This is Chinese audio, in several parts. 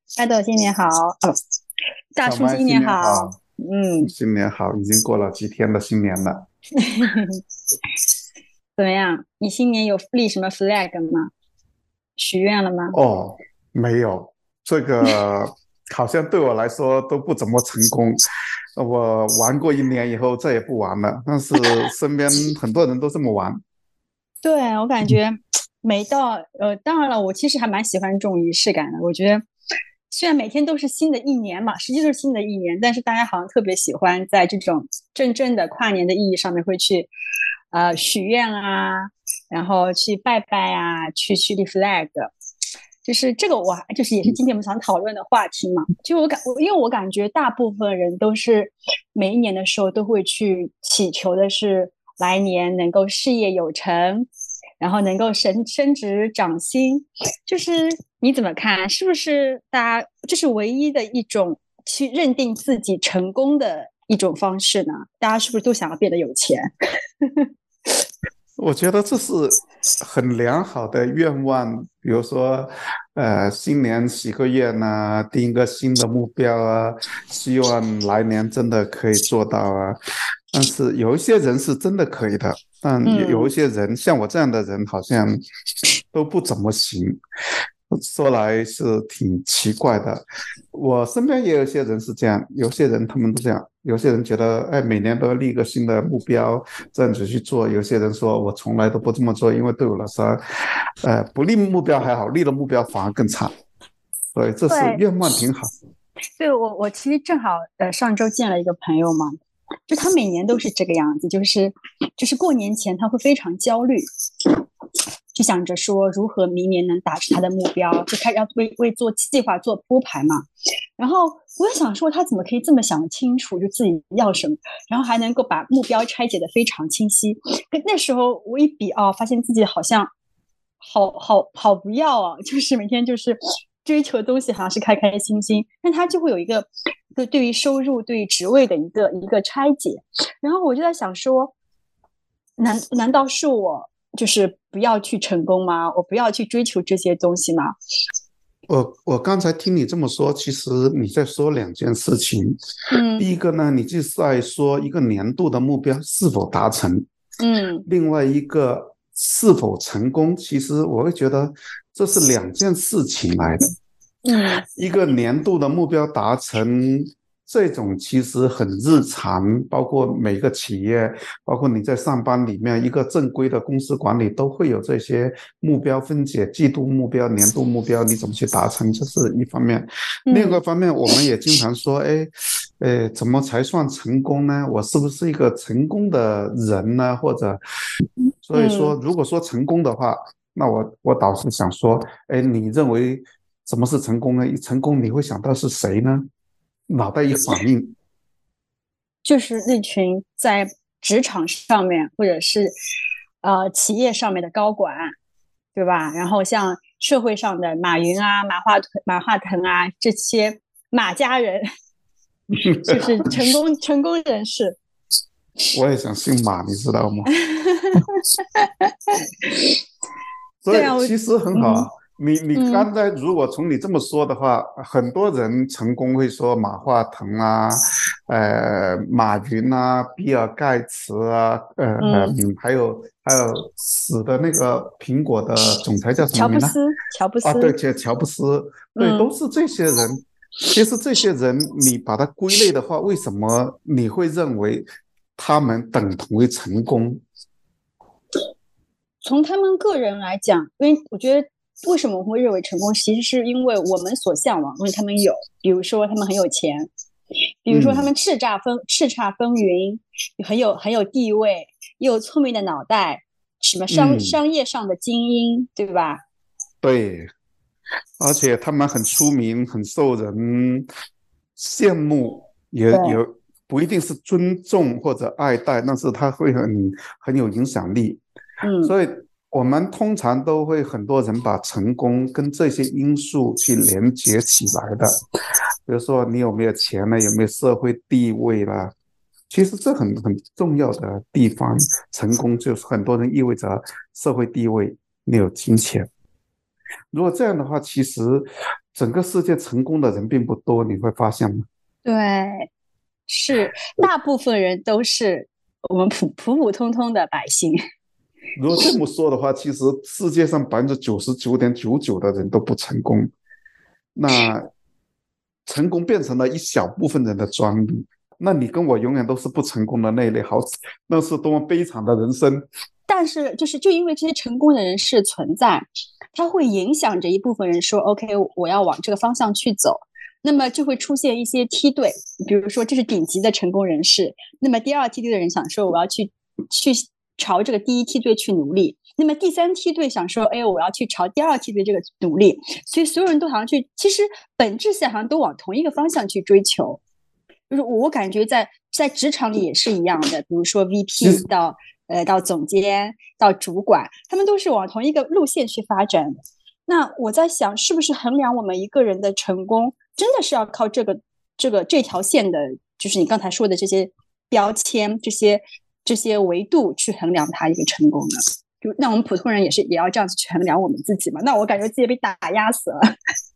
大豆新年好，哦，大叔小麦新新年好。 年好， 嗯， 新年好，已经过了几天的新年了。 怎么样？你新年有立什么 flag 吗？许愿了吗？ 哦，没有，这个好像对我来说都不怎么成功。我玩过一年以后再也不玩了，但是身边很多人都这么玩。 对，我感觉没到，当然了，我其实还蛮喜欢这种仪式感的。我觉得虽然每天都是新的一年嘛，实际就是新的一年，但是大家好像特别喜欢在这种真正的跨年的意义上面会去，许愿啊，然后去拜拜啊，去立 flag。就是这个我就是也是今天我们想讨论的话题嘛。就因为我感觉大部分人都是每一年的时候都会去祈求的是来年能够事业有成，然后能够升职涨薪。就是你怎么看？是不是大家这是唯一的一种去认定自己成功的一种方式呢？大家是不是都想要变得有钱？ 我觉得这是很良好的愿望，比如说，新年许个愿呐，定一个新的目标啊，希望来年真的可以做到啊。但是有一些人是真的可以的，但有一嗯， 些人，像我这样的人，好像都不怎么行。说来是挺奇怪的，我身边也有一些人是这样，有些人他们都这样，有些人觉得，哎，每年都要立一个新的目标，这样子去做。有些人说我从来都不这么做，因为对我来说，不立目标还好，立了目标反而更差。所以这是对， 愿望挺好。 对，我其实正好上周见了一个朋友嘛，就他每年都是这个样子，就是过年前他会非常焦虑，就想着说如何明年能达成他的目标，就开始要为做计划做铺排嘛。然后我也想说，他怎么可以这么想清楚，就自己要什么，然后还能够把目标拆解的非常清晰。跟那时候我一比发现自己好像好不要啊，就是每天就是追求的东西好像是开开心心，但他就会有一个对于收入、对于职位的一个拆解。然后我就在想说，难道是我就是不要去成功吗？我不要去追求这些东西吗？ 我刚才听你这么说，其实你在说两件事情。第一嗯个呢，你就是在说一个年度的目标是否达成； 嗯另外一个是否成功，其实我会觉得这是两件事情来的。 嗯一个年度的目标达成，这种其实很日常，包括每个企业，包括你在上班里面，一个正规的公司管理都会有这些目标分解，季度目标、年度目标，你怎么去达成，这是一方面。另一个嗯方面，我们也经常说，哎，怎么才算成功呢？我是不是一个成功的人呢？或者，所以说， 嗯， 如果说成功的话，那我倒是想说，哎，你认为什么是成功呢？一成功你会想到是谁呢？脑袋一反应， 就是那群在职场上面或者是企业上面的高管，对吧？然后像社会上的马云啊、马化腾啊这些马家人，就是成功人士。 我也想姓马，你知道吗？所对啊，我以其实很好啊。 嗯你嗯刚才如果从你这么说的话，很多人成功会说马化腾啊，马云啊，比尔盖茨啊， 嗯， 还有死的那个苹果的总裁叫什么名呢？ 乔布啊，对， 斯， 乔布斯，对，都嗯。 是这些人。其实这些人，你把它归类的话，为什么你会认为他们等同于成功？ 从他们个人来讲，因为我觉得为什么我会认为成功，其实是因为我们所向往，因为他们有，比如说他们很有钱，比如说他们嗯叱咤风云，很有地位，又有聪明的脑袋，什么商嗯， 商业上的精英，对吧？ 对，而且他们很出名，很受人羡慕，也对， 不一定是尊重或者爱戴，但是他会很有影响力。 嗯所以我们通常都会很多人把成功跟这些因素去连接起来的，比如说你有没有钱呢，有没有社会地位啦，其实这很重要的地方。成功就是很多人意味着社会地位，你有金钱。如果这样的话，其实整个世界成功的人并不多，你会发现吗？ 对，是大部分人都是我们普通的百姓。 如果这么说的话，其实世界上99.99%的人都不成功，那成功变成了一小部分人的专利。那你跟我永远都是不成功的那一类，好，那是多么悲惨的人生。 但是就因为这些成功的人士存在，他会影响着一部分人说，OK，我要往这个方向去走。那么就会出现一些梯队，比如说这是顶级的成功人士，那么第二梯队的人想说我要去朝这个第一梯队去努力，那么第三梯队想说，哎，我要去朝第二梯队这个努力，所以所有人都好像其实本质上好像都往同一个方向去追求。就是我感觉在职场里也是一样的，比如说 VP 到总监到主管，他们都是往同一个路线去发展的。那我在想，是不是衡量我们一个人的成功，真的是要靠这条线的，就是你刚才说的这些标签、这些维度去衡量他一个成功呢？就那我们普通人也要这样子去衡量我们自己嘛？那我感觉自己被打压死了。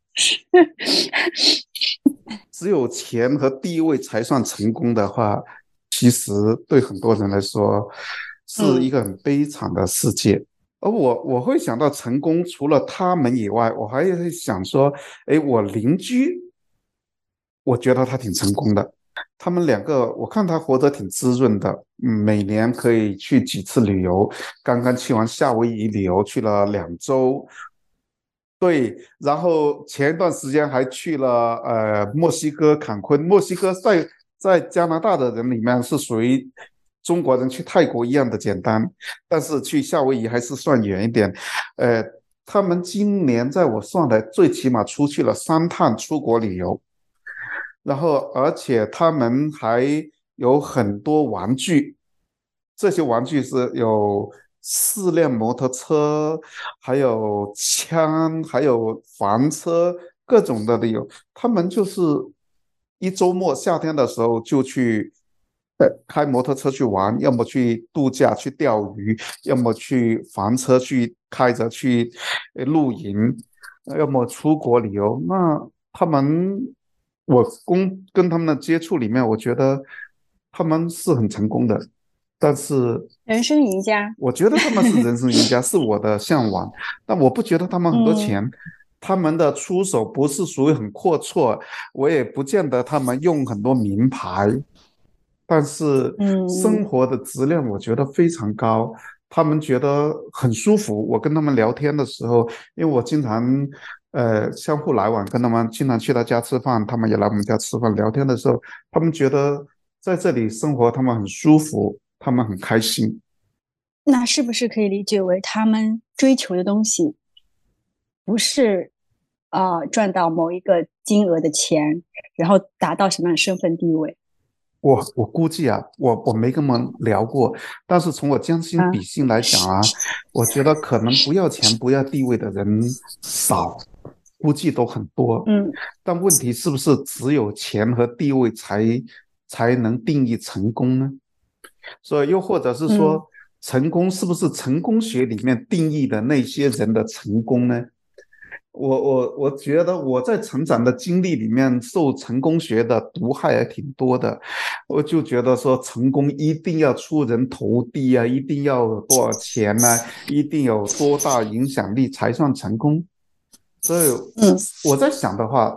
只有钱和地位才算成功的话，其实对很多人来说是一嗯个很悲惨的世界。而我会想到成功，除了他们以外，我还会想说，哎，我邻居，我觉得他挺成功的。他们两个，我看他活得挺滋润的，每年可以去几次旅游。刚刚去完夏威夷旅游，去了2周。对，然后前一段时间还去了墨西哥坎昆。墨西哥在加拿大的人里面是属于中国人去泰国一样的简单，但是去夏威夷还是算远一点。呃，他们今年在我算来，最起码出去了3趟出国旅游。然后而且他们还有很多玩具，这些玩具是有4辆摩托车，还有枪，还有房车，各种的都有。他们就是一周末夏天的时候就去，开摩托车去玩，要么去度假去钓鱼，要么去房车去开着去露营，要么出国旅游。那他们，跟他们的接触里面，我觉得他们是很成功的，但是人生赢家。 我觉得他们是人生赢家，是我的向往。但我不觉得他们很多嗯钱，他们的出手不是属于很阔绰，我也不见得他们用很多名牌，但是生嗯， 活的质量我觉得非常高，他们觉得很舒服。我跟他们聊天的时候，因为我经常相互来往，跟他们经常去他家吃饭，他们也来我们家吃饭。聊天的时候，他们觉得在这里生活他们很舒服，他们很开心。 那是不是可以理解为他们追求的东西不是赚到某一个金额的钱，然后达到什么样的身份地位我估计啊，我没跟他们聊过，但是从我将心比啊？ 心来讲啊，我觉得可能不要钱不要地位的人少，估计都很多。 嗯但问题是不是只有钱和地位才能定义成功呢？所以又或者是嗯说，成功是不是成功学里面定义的那些人的成功呢？我觉得我在成长的经历里面受成功学的毒害还挺多的，我就觉得说成功一定要出人头地啊，一定要有多少钱呢、一定有多大影响力才算成功。所以嗯， 我在想的话，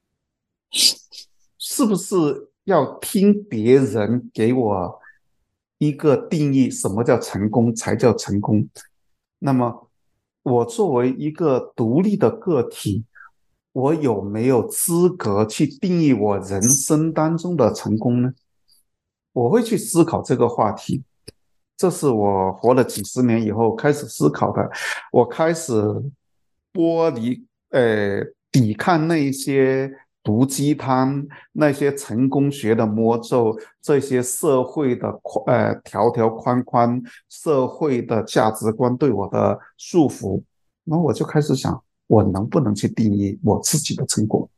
是不是要听别人给我一个定义，什么叫成功才叫成功？那么我作为一个独立的个体，我有没有资格去定义我人生当中的成功呢？我会去思考这个话题，这是我活了几十年以后开始思考的。我开始剥离，抵抗那些毒鸡汤、那些成功学的魔咒、这些社会的条条框框、社会的价值观对我的束缚。然后我就开始想，我能不能去定义我自己的成功？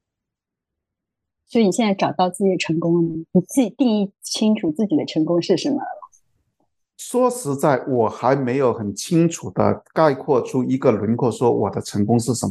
所以你现在找到自己的成功了吗？你自己定义清楚自己的成功是什么了？ 说实在，我还没有很清楚的概括出一个轮廓，说我的成功是什么。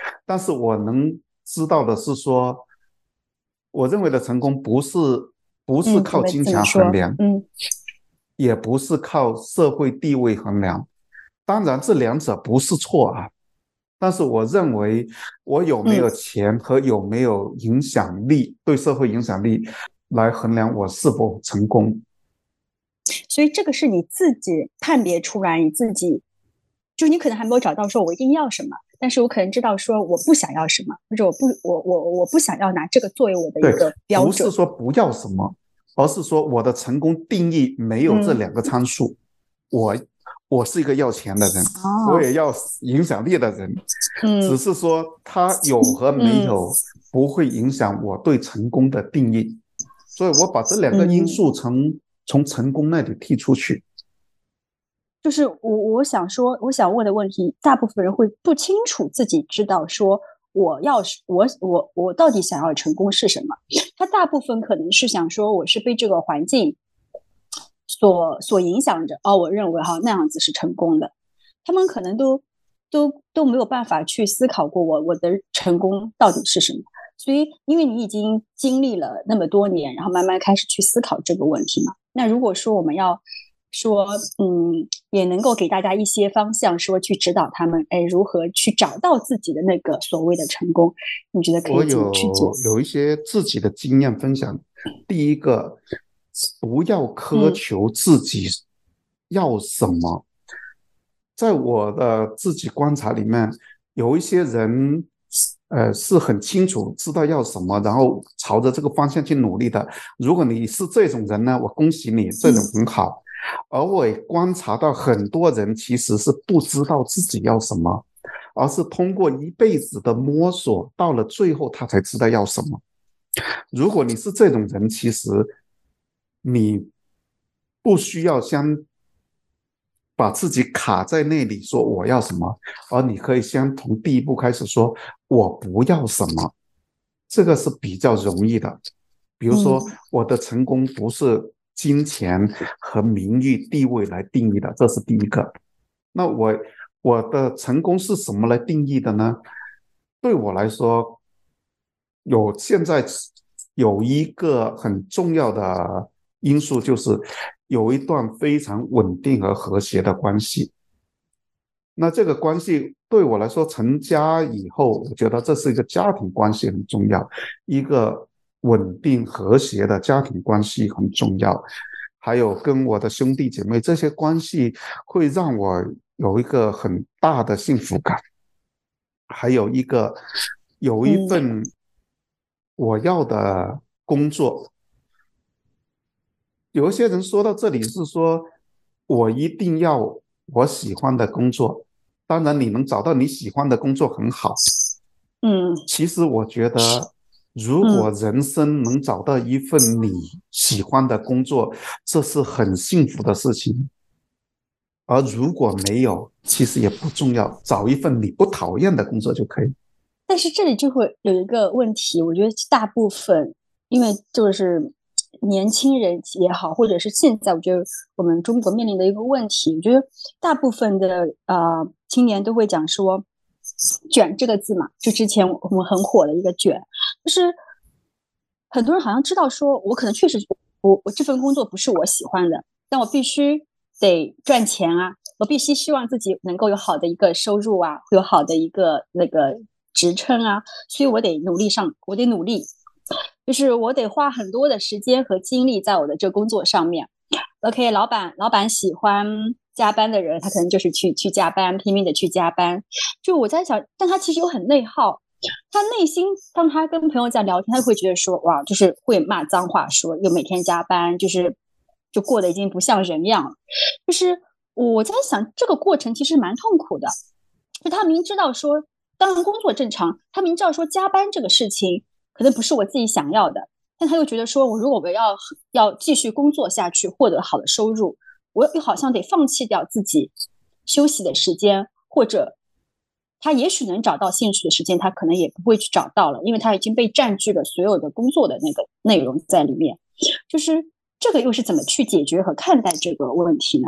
但是我能知道的是说，我认为的成功不是怎靠金钱么怎么说？ 衡量， 嗯也不是靠社会地位衡量。当然，这两者不是错啊，但是我认为我有没嗯， 有钱和有没有影响力，对社会影响力来衡量我是否成功。 所以这个是你自己判别出来，你自己就是你可能还没有找到说我一定要什么，但是我可能知道说我不想要什么，或者我不想要拿这个作为我的一对， 个标不是准。 说不要什么，而是说我的成功定义没有这嗯， 两个参数。我我是一个要钱的人，我哦， 也要影响力的人，只嗯是说他有和没嗯有不会影响我对成功的定义。所以我把这两个因嗯。 素从成功那里剔出去。 就是我想说，我想问的问题，大部分人会不清楚自己知道说我要是我到底想要的成功是什么。他大部分可能是想说，我是被这个环境所影响着，哦，我认为哈那样子是成功的。他们可能都没有办法去思考过我的成功到底是什么。所以，因为你已经经历了那么多年，然后慢慢开始去思考这个问题嘛。那如果说我们要说，也能够给大家一些方向，说去指导他们，哎，如何去找到自己的那个所谓的成功？你觉得可我以怎么去做？ 有一些自己的经验分享。第一个，不要苛嗯求自己要什么。在我的自己观察里面，有一些人，是很清楚知道要什么，然后朝着这个方向去努力的。如果你是这种人呢，我恭喜你，这种嗯很好。而我也观察到很多人其实是不知道自己要什么，而是通过一辈子的摸索，到了最后他才知道要什么。如果你是这种人，其实你不需要把自己卡在那里说我要什么，而你可以先从第一步开始说我不要什么，这个是比较容易的。比如说， 嗯我的成功不是金钱和名誉地位来定义的，这是第一个。那我的成功是什么来定义的呢？对我来说，现在有一个很重要的因素，就是有一段非常稳定和和谐的关系。那这个关系对我来说，成家以后，我觉得这是一个家庭关系很重要，一个稳定和谐的家庭关系很重要。还有跟我的兄弟姐妹这些关系，会让我有一个很大的幸福感。还有有一嗯份我要的工作。有一些人说到这里是说，我一定要我喜欢的工作。当然，你能找到你喜欢的工作很好。 嗯其实我觉得，如果嗯。 人生能找到一份你喜欢的工作，这是很幸福的事情。而如果没有，其实也不重要，找一份你不讨厌的工作就可以。 但是这里就会有一个问题，我觉得大部分，因为就是年轻人也好，或者是现在，我觉得我们中国面临的一个问题，我觉得大部分的青年都会讲说"卷"这个字嘛，就之前我们很火的一个卷，就是很多人好像知道说，我可能确实我这份工作不是我喜欢的，但我必须得赚钱啊，我必须希望自己能够有好的一个收入啊，会有好的一个那个职称啊，所以我得努力，就是我得花很多的时间和精力在我的这工作上面。OK，老板喜欢加班的人，他可能就是去加班，拼命的去加班。就我在想，但他其实又很内耗，他内心当他跟朋友在聊天，他会觉得说，哇，就是会骂脏话，说又每天加班，就过得已经不像人样了。就是我在想，这个过程其实蛮痛苦的。就他明知道说，当然工作正常，他明知道说加班这个事情可能不是我自己想要的，但他又觉得说，我如果要继续工作下去，获得好的收入，我又好像得放弃掉自己休息的时间，或者他也许能找到兴趣的时间，他可能也不会去找到了，因为他已经被占据了所有的工作的那个内容在里面。就是这个又是怎么去解决和看待这个问题呢？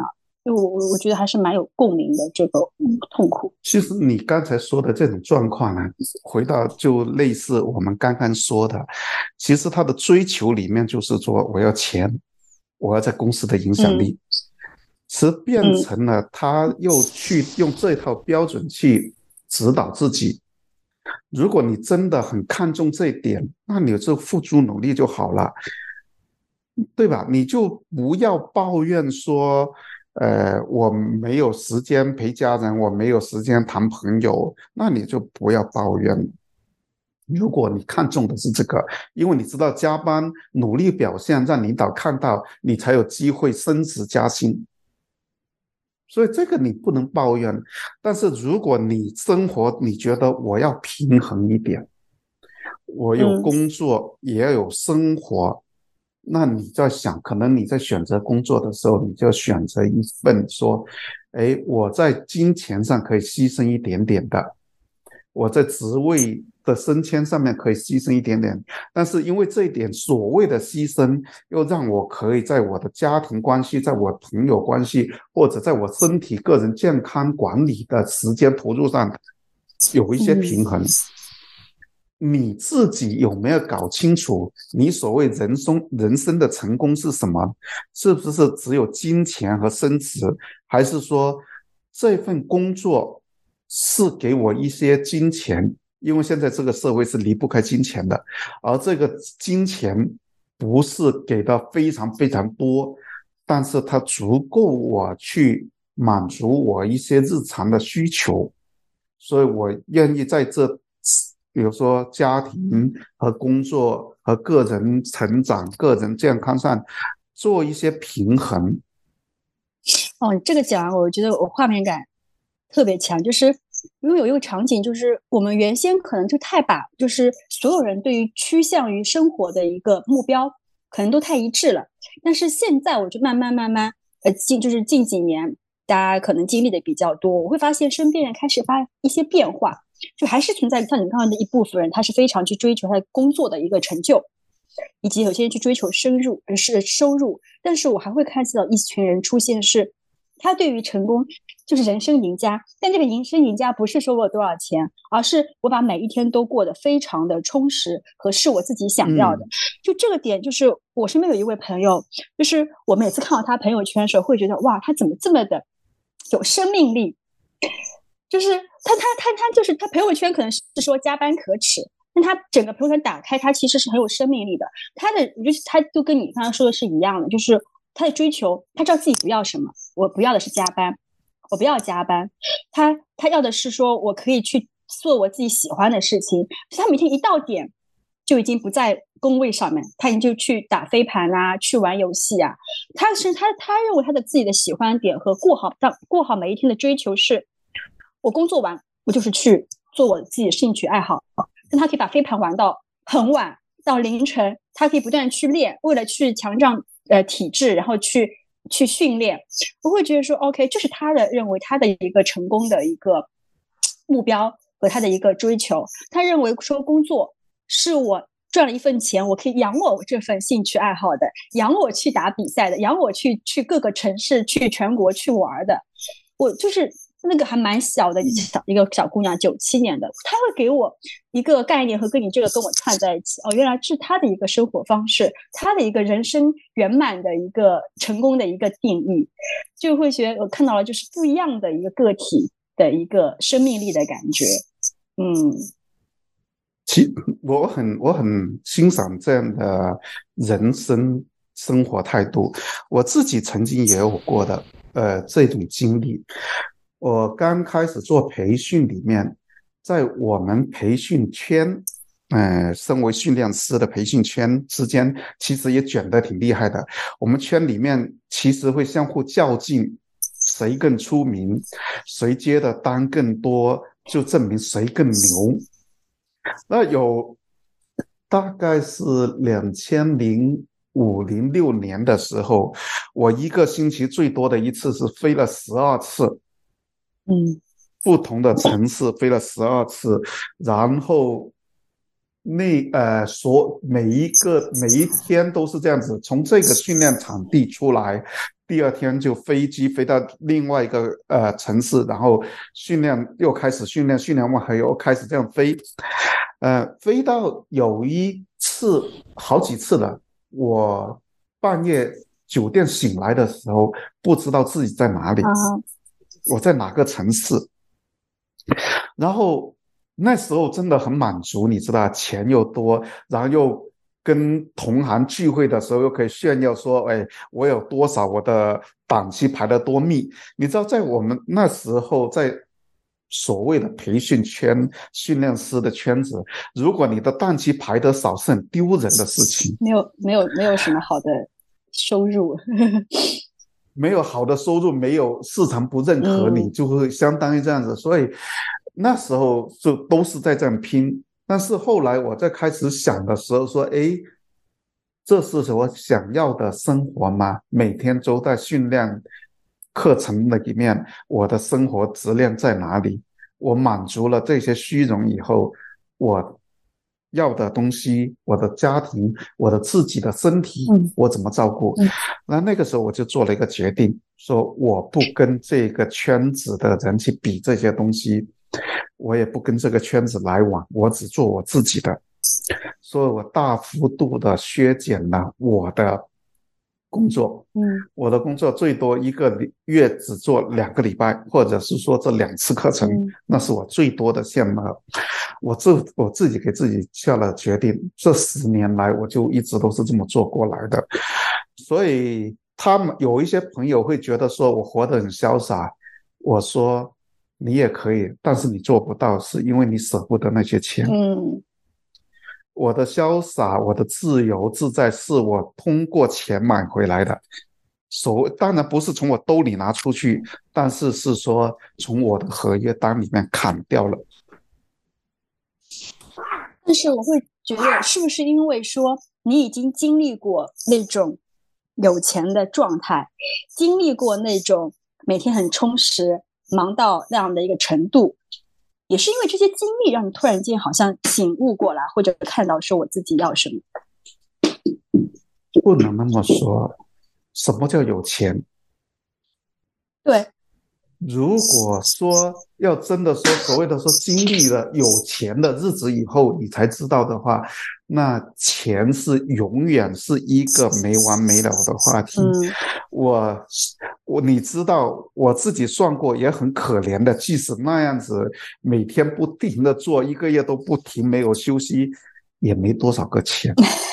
我觉得还是蛮有共鸣的这个痛苦。 其实你刚才说的这种状况呢，回到就类似我们刚刚说的，其实他的追求里面就是说我要钱，我要在公司的影响嗯力，是变嗯成了他又去用这套标准去指导自己。如果你真的很看重这一点，那你就付出努力就好了，对吧？你就不要抱怨说，我没有时间陪家人，我没有时间谈朋友，那你就不要抱怨。如果你看重的是这个，因为你知道加班努力表现让领导看到，你才有机会升职加薪，所以这个你不能抱怨。但是如果你生活你觉得我要平衡一点，我有嗯工作也要有生活，那你在想，可能你在选择工作的时候，你就选择一份说，哎，我在金钱上可以牺牲一点点的，我在职位的升迁上面可以牺牲一点点，但是因为这一点所谓的牺牲，又让我可以在我的家庭关系、在我朋友关系，或者在我身体、个人健康管理的时间投入上有一些平嗯衡。你自己有没有搞清楚，你所谓人生的成功是什么？是不是只有金钱和升职，还是说这份工作是给我一些金钱？因为现在这个社会是离不开金钱的，而这个金钱不是给的非常非常多，但是它足够我去满足我一些日常的需求，所以我愿意在这，比如说家庭和工作和个人成长、个人健康上做一些平衡。 哦，你这个讲，我觉得我画面感特别强，就是因为有一个场景，就是我们原先可能就太把，就是所有人对于趋向于生活的一个目标，可能都太一致了。但是现在我就慢慢，就是近几年，大家可能经历的比较多，我会发现身边人开始发一些变化，就还是存在像你刚刚的一部分人，他是非常去追求他工作的一个成就，以及有些人去追求收入，但是我还会看到一群人出现是。他对于成功就是人生赢家，但这个人生赢家不是说我有多少钱，而是我把每一天都过得非常的充实和是我自己想要的。 嗯， 就这个点，就是我身边有一位朋友，就是我每次看到他朋友圈的时候，会觉得哇，他怎么这么的有生命力？就是他就是他朋友圈可能是说加班可耻，但他整个朋友圈打开，他其实是很有生命力的。他就跟你刚刚说的是一样的，就是他的追求，他知道自己不要什么，我不要的是加班，我不要加班，他要的是说我可以去做我自己喜欢的事情。他每天一到点就已经不在工位上面，他已经就去打飞盘啊，去玩游戏啊。他认为他的自己的喜欢点和过好每一天的追求是，我工作完我就是去做我自己的兴趣爱好，但他可以把飞盘玩到很晚到凌晨，他可以不断去练，为了去强壮体质，然后去训练。我会觉得说，OK，这是他的认为他的一个成功的一个目标和他的一个追求。他认为说，工作是我赚了一份钱，我可以养我这份兴趣爱好的，养我去打比赛的，养我去各个城市、去全国去玩的。我就是那个还蛮小的一个小姑娘，97年的，她会给我一个概念和跟你这个跟我串在一起。哦，原来是她的一个生活方式，她的一个人生圆满的一个成功的一个定义，就会觉得我看到了就是不一样的一个个体的一个生命力的感觉。嗯其我很欣赏这样的人生活态度，我自己曾经也有过的这种经历。我刚开始做培训里面，在我们培训圈，身为训练师的培训圈之间，其实也卷得挺厉害的。我们圈里面其实会相互较劲，谁更出名，谁接的单更多，就证明谁更牛。那有大概是2005、06年的时候，我一个星期最多的一次是飞了12次， 嗯不同的城市飞了12次，然后每一天都是这样子，从这个训练场地出来，第二天就飞机飞到另外一个城市，然后又开始训练，训练完还又开始这样飞，飞到有一次好几次了，我半夜酒店醒来的时候，不知道自己在哪里，我在哪个城市，然后那时候真的很满足，你知道，钱又多，然后又跟同行聚会的时候又可以炫耀说，哎，我有多少，我的档期排得多密。你知道，在我们那时候在所谓的培训圈、训练师的圈子，如果你的档期排得少，是很丢人的事情。 没有什么好的收入。 没有好的收入，没有市场不认可你，就会相当于这样子。所以那时候就都是在这样拼。但是后来我在开始想的时候说，诶，这是我想要的生活吗？每天都在训练课程的里面，我的生活质量在哪里？我满足了这些虚荣以后，我要的东西，我的家庭，我的自己的身体，我怎么照顾？那个时候我就做了一个决定，说我不跟这个圈子的人去比这些东西，我也不跟这个圈子来往，我只做我自己的。所以我大幅度的削减了我的工作，我的工作最多一个月只做2个礼拜，或者是说这2次课程，那是我最多的项目。我自己给自己下了决定，这10年来我就一直都是这么做过来的。所以他们有一些朋友会觉得说我活得很潇洒，我说你也可以，但是你做不到，是因为你舍不得那些钱。我的潇洒，我的自由自在，是我通过钱买回来的。当然不是从我兜里拿出去，但是是说从我的合约单里面砍掉了。 但是我会觉得，是不是因为说你已经经历过那种有钱的状态，经历过那种每天很充实，忙到那样的一个程度，也是因为这些经历让你突然间好像醒悟过来，或者看到说我自己要什么？ 不能那么说。什么叫有钱？ 对， 如果说要真的说所谓的说经历了有钱的日子以后你才知道的话，那钱是永远是一个没完没了的话题。你知道我自己算过也很可怜的，即使那样子每天不停的做，1个月都不停没有休息，也没多少个钱。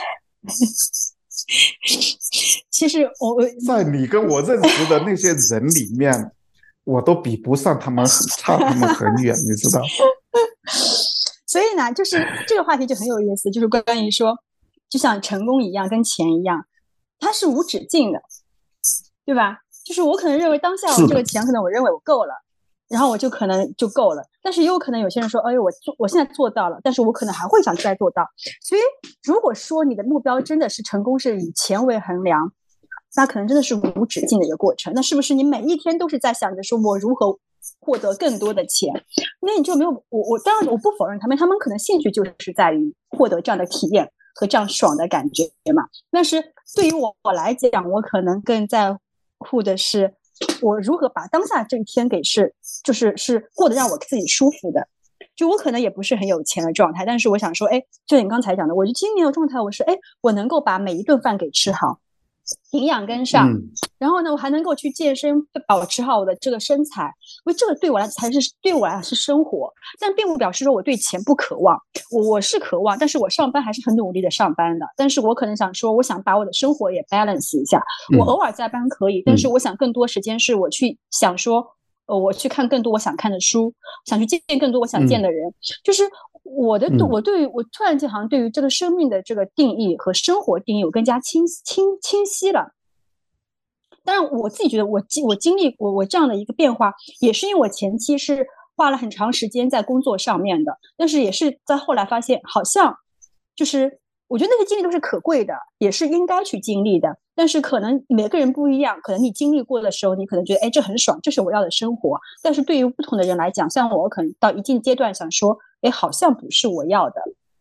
其实在你跟我认识的那些人里面，我都比不上他们，差他们很远，你知道。 所以呢，就是这个话题就很有意思，就是关于说，就像成功一样，跟钱一样，它是无止境的，对吧？就是我可能认为当下我这个钱，可能我认为我够了，然后我就可能就够了，但是也有可能有些人说，哎呦，我现在做到了，但是我可能还会想再做到。所以如果说你的目标真的是成功是以钱为衡量，那可能真的是无止境的一个过程。那是不是你每一天都是在想着说我如何获得更多的钱？那你就没有我当然我不否认他们可能兴趣就是在于获得这样的体验和这样爽的感觉嘛。但是对于我来讲，我可能更在乎的是我如何把当下这一天就是过得让我自己舒服的。就我可能也不是很有钱的状态，但是我想说，哎，就你刚才讲的，我就今年的状态，我是，哎，我能够把每一顿饭给吃好，营养跟上，然后呢，我还能够去健身，保持好我的这个身材，因为这个对我来是生活，但并不表示说我对钱不渴望，我是渴望，但是我上班还是很努力的上班的，但是我可能想说，我想把我的生活也 balance 一下，我偶尔加班可以，但是我想更多时间是我去想说，我去看更多我想看的书，想去见更多我想见的人，就是我突然间好像对于这个生命的这个定义和生活定义有更加清晰了。当然我自己觉得我经历我这样的一个变化，也是因为我前期是花了很长时间在工作上面的，但是也是在后来发现好像就是我觉得那些经历都是可贵的，也是应该去经历的，但是可能每个人不一样，可能你经历过的时候你可能觉得，哎，这很爽，这是我要的生活，但是对于不同的人来讲，像我可能到一定阶段想说，哎，好像不是我要的。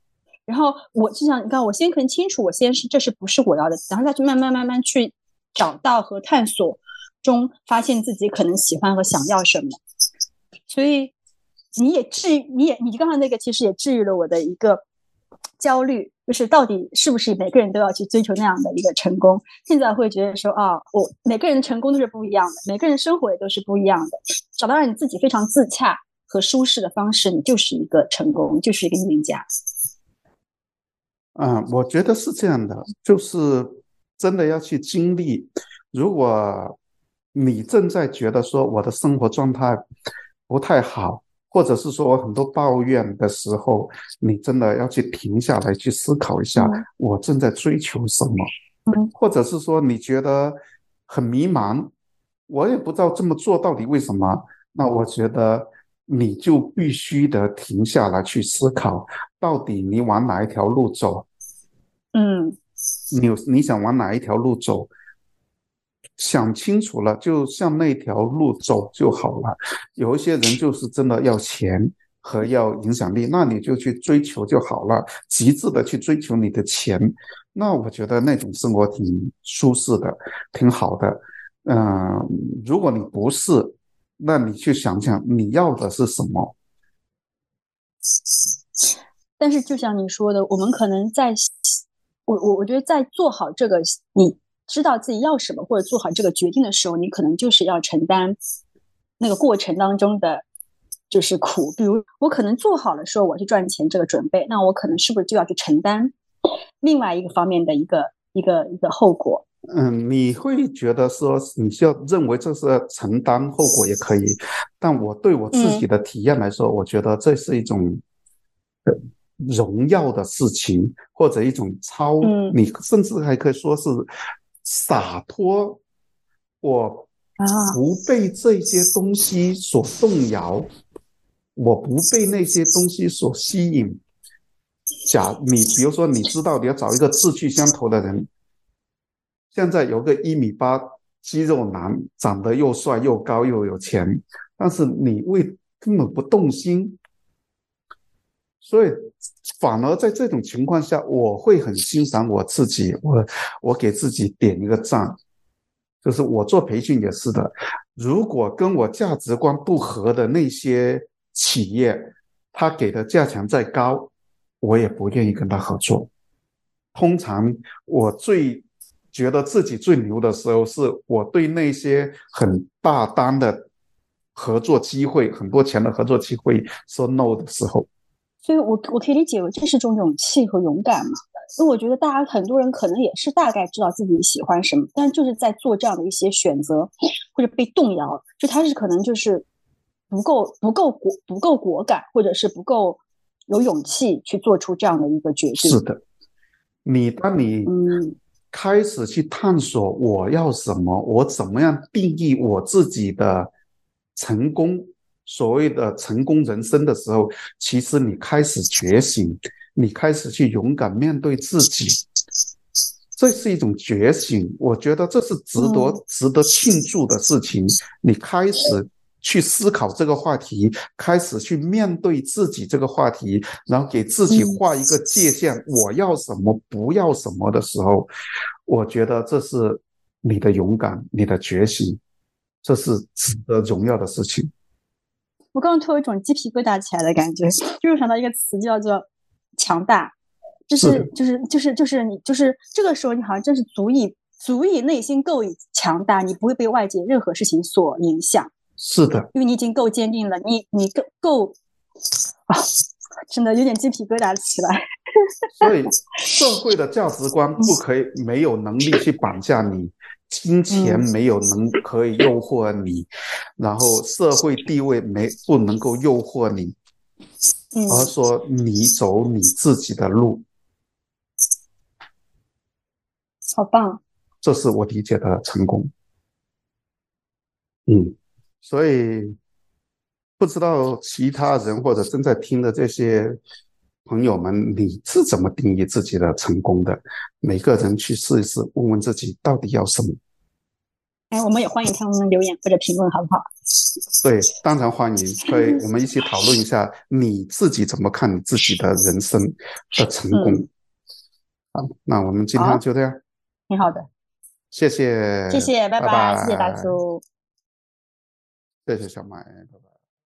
然后我就想，你看，我先可能清楚，我先是这是不是我要的，然后再去慢慢去找到和探索中，发现自己可能喜欢和想要什么。所以你刚才那个其实也治愈了我的一个焦虑，就是到底是不是每个人都要去追求那样的一个成功？现在会觉得说啊，我每个人成功都是不一样的，每个人生活也都是不一样的，找到让你自己非常自洽和舒适的方式，你就是一个成功，就是一个赢家。 我觉得是这样的，就是真的要去经历。如果你正在觉得说我的生活状态不太好，或者是说我很多抱怨的时候，你真的要去停下来去思考一下，我正在追求什么，或者是说你觉得很迷茫，我也不知道这么做到底为什么，那我觉得你就必须得停下来去思考，到底你往哪一条路走。 嗯你想往哪一条路走，想清楚了，就向那条路走就好了。有一些人就是真的要钱和要影响力，那你就去追求就好了，极致的去追求你的钱。那我觉得那种生活挺舒适的，挺好的。如果你不是，那你去想想你要的是什么。 但是就像你说的，我们可能在，我觉得在做好这个，你知道自己要什么，或者做好这个决定的时候，你可能就是要承担那个过程当中的就是苦。比如我可能做好了说我去赚钱这个准备，那我可能是不是就要去承担另外一个方面的一个后果？ 你会觉得说你需要认为这是承担后果也可以，但我对我自己嗯的体验来说，我觉得这是一种荣耀的事情，或者一种嗯你甚至还可以说是洒脱。我啊不被这些东西所动摇，我不被那些东西所吸引。你比如说，你知道你要找一个志趣相投的人，现在有个1米8肌肉男，长得又帅又高又有钱，但是你根本不动心，所以反而在这种情况下，我会很欣赏我自己，我给自己点一个赞。就是我做培训也是的，如果跟我价值观不合的那些企业，他给的价钱再高，我也不愿意跟他合作。通常我觉得自己最牛的时候，是我对那些很大单的合作机会、很多钱的合作机会说 no 的时候。 所以我可以理解为这是种勇气和勇敢嘛。因为我觉得大家很多人可能也是大概知道自己喜欢什么，但是就是在做这样的一些选择或者被动摇，就他是可能就是不够果敢，或者是不够有勇气去做出这样的一个决定。 是的，当你嗯开始去探索我要什么，我怎么样定义我自己的成功，所谓的成功人生的时候，其实你开始觉醒，你开始去勇敢面对自己，这是一种觉醒。我觉得这是嗯值得庆祝的事情。你开始去思考这个话题，开始去面对自己这个话题，然后给自己嗯， 画一个界限，我要什么，不要什么的时候，我觉得这是你的勇敢，你的觉醒，这是值得荣耀的事情。 我刚刚突有一种鸡皮疙瘩起来的感觉，就是想到一个词叫做强大，就是的， 是你这个时候你好像真是足以内心够强大，你不会被外界任何事情所影响， 是的。 因为你已经够坚定了，你够啊，真的有点鸡皮疙瘩起来。 所以社会的价值观不可以没有能力去绑架你，金钱嗯没有可以诱惑你，然后社会地位不能够诱惑你，而嗯， 说你走你自己的路， 好棒。 这是我理解的成功。嗯，所以不知道其他人或者正在听的这些朋友们，你是怎么定义自己的成功的？每个人去试一试，问问自己到底要什么。 哎，我们也欢迎他们留言或者评论，好不好？ 对，当然欢迎，可以我们一起讨论一下你自己怎么看你自己的人生的成功。 嗯， 好，那我们今天好， 就这样， 挺好的， 谢谢， 谢谢，拜拜拜，谢谢大拜， 叔。 谢谢小麦，拜拜。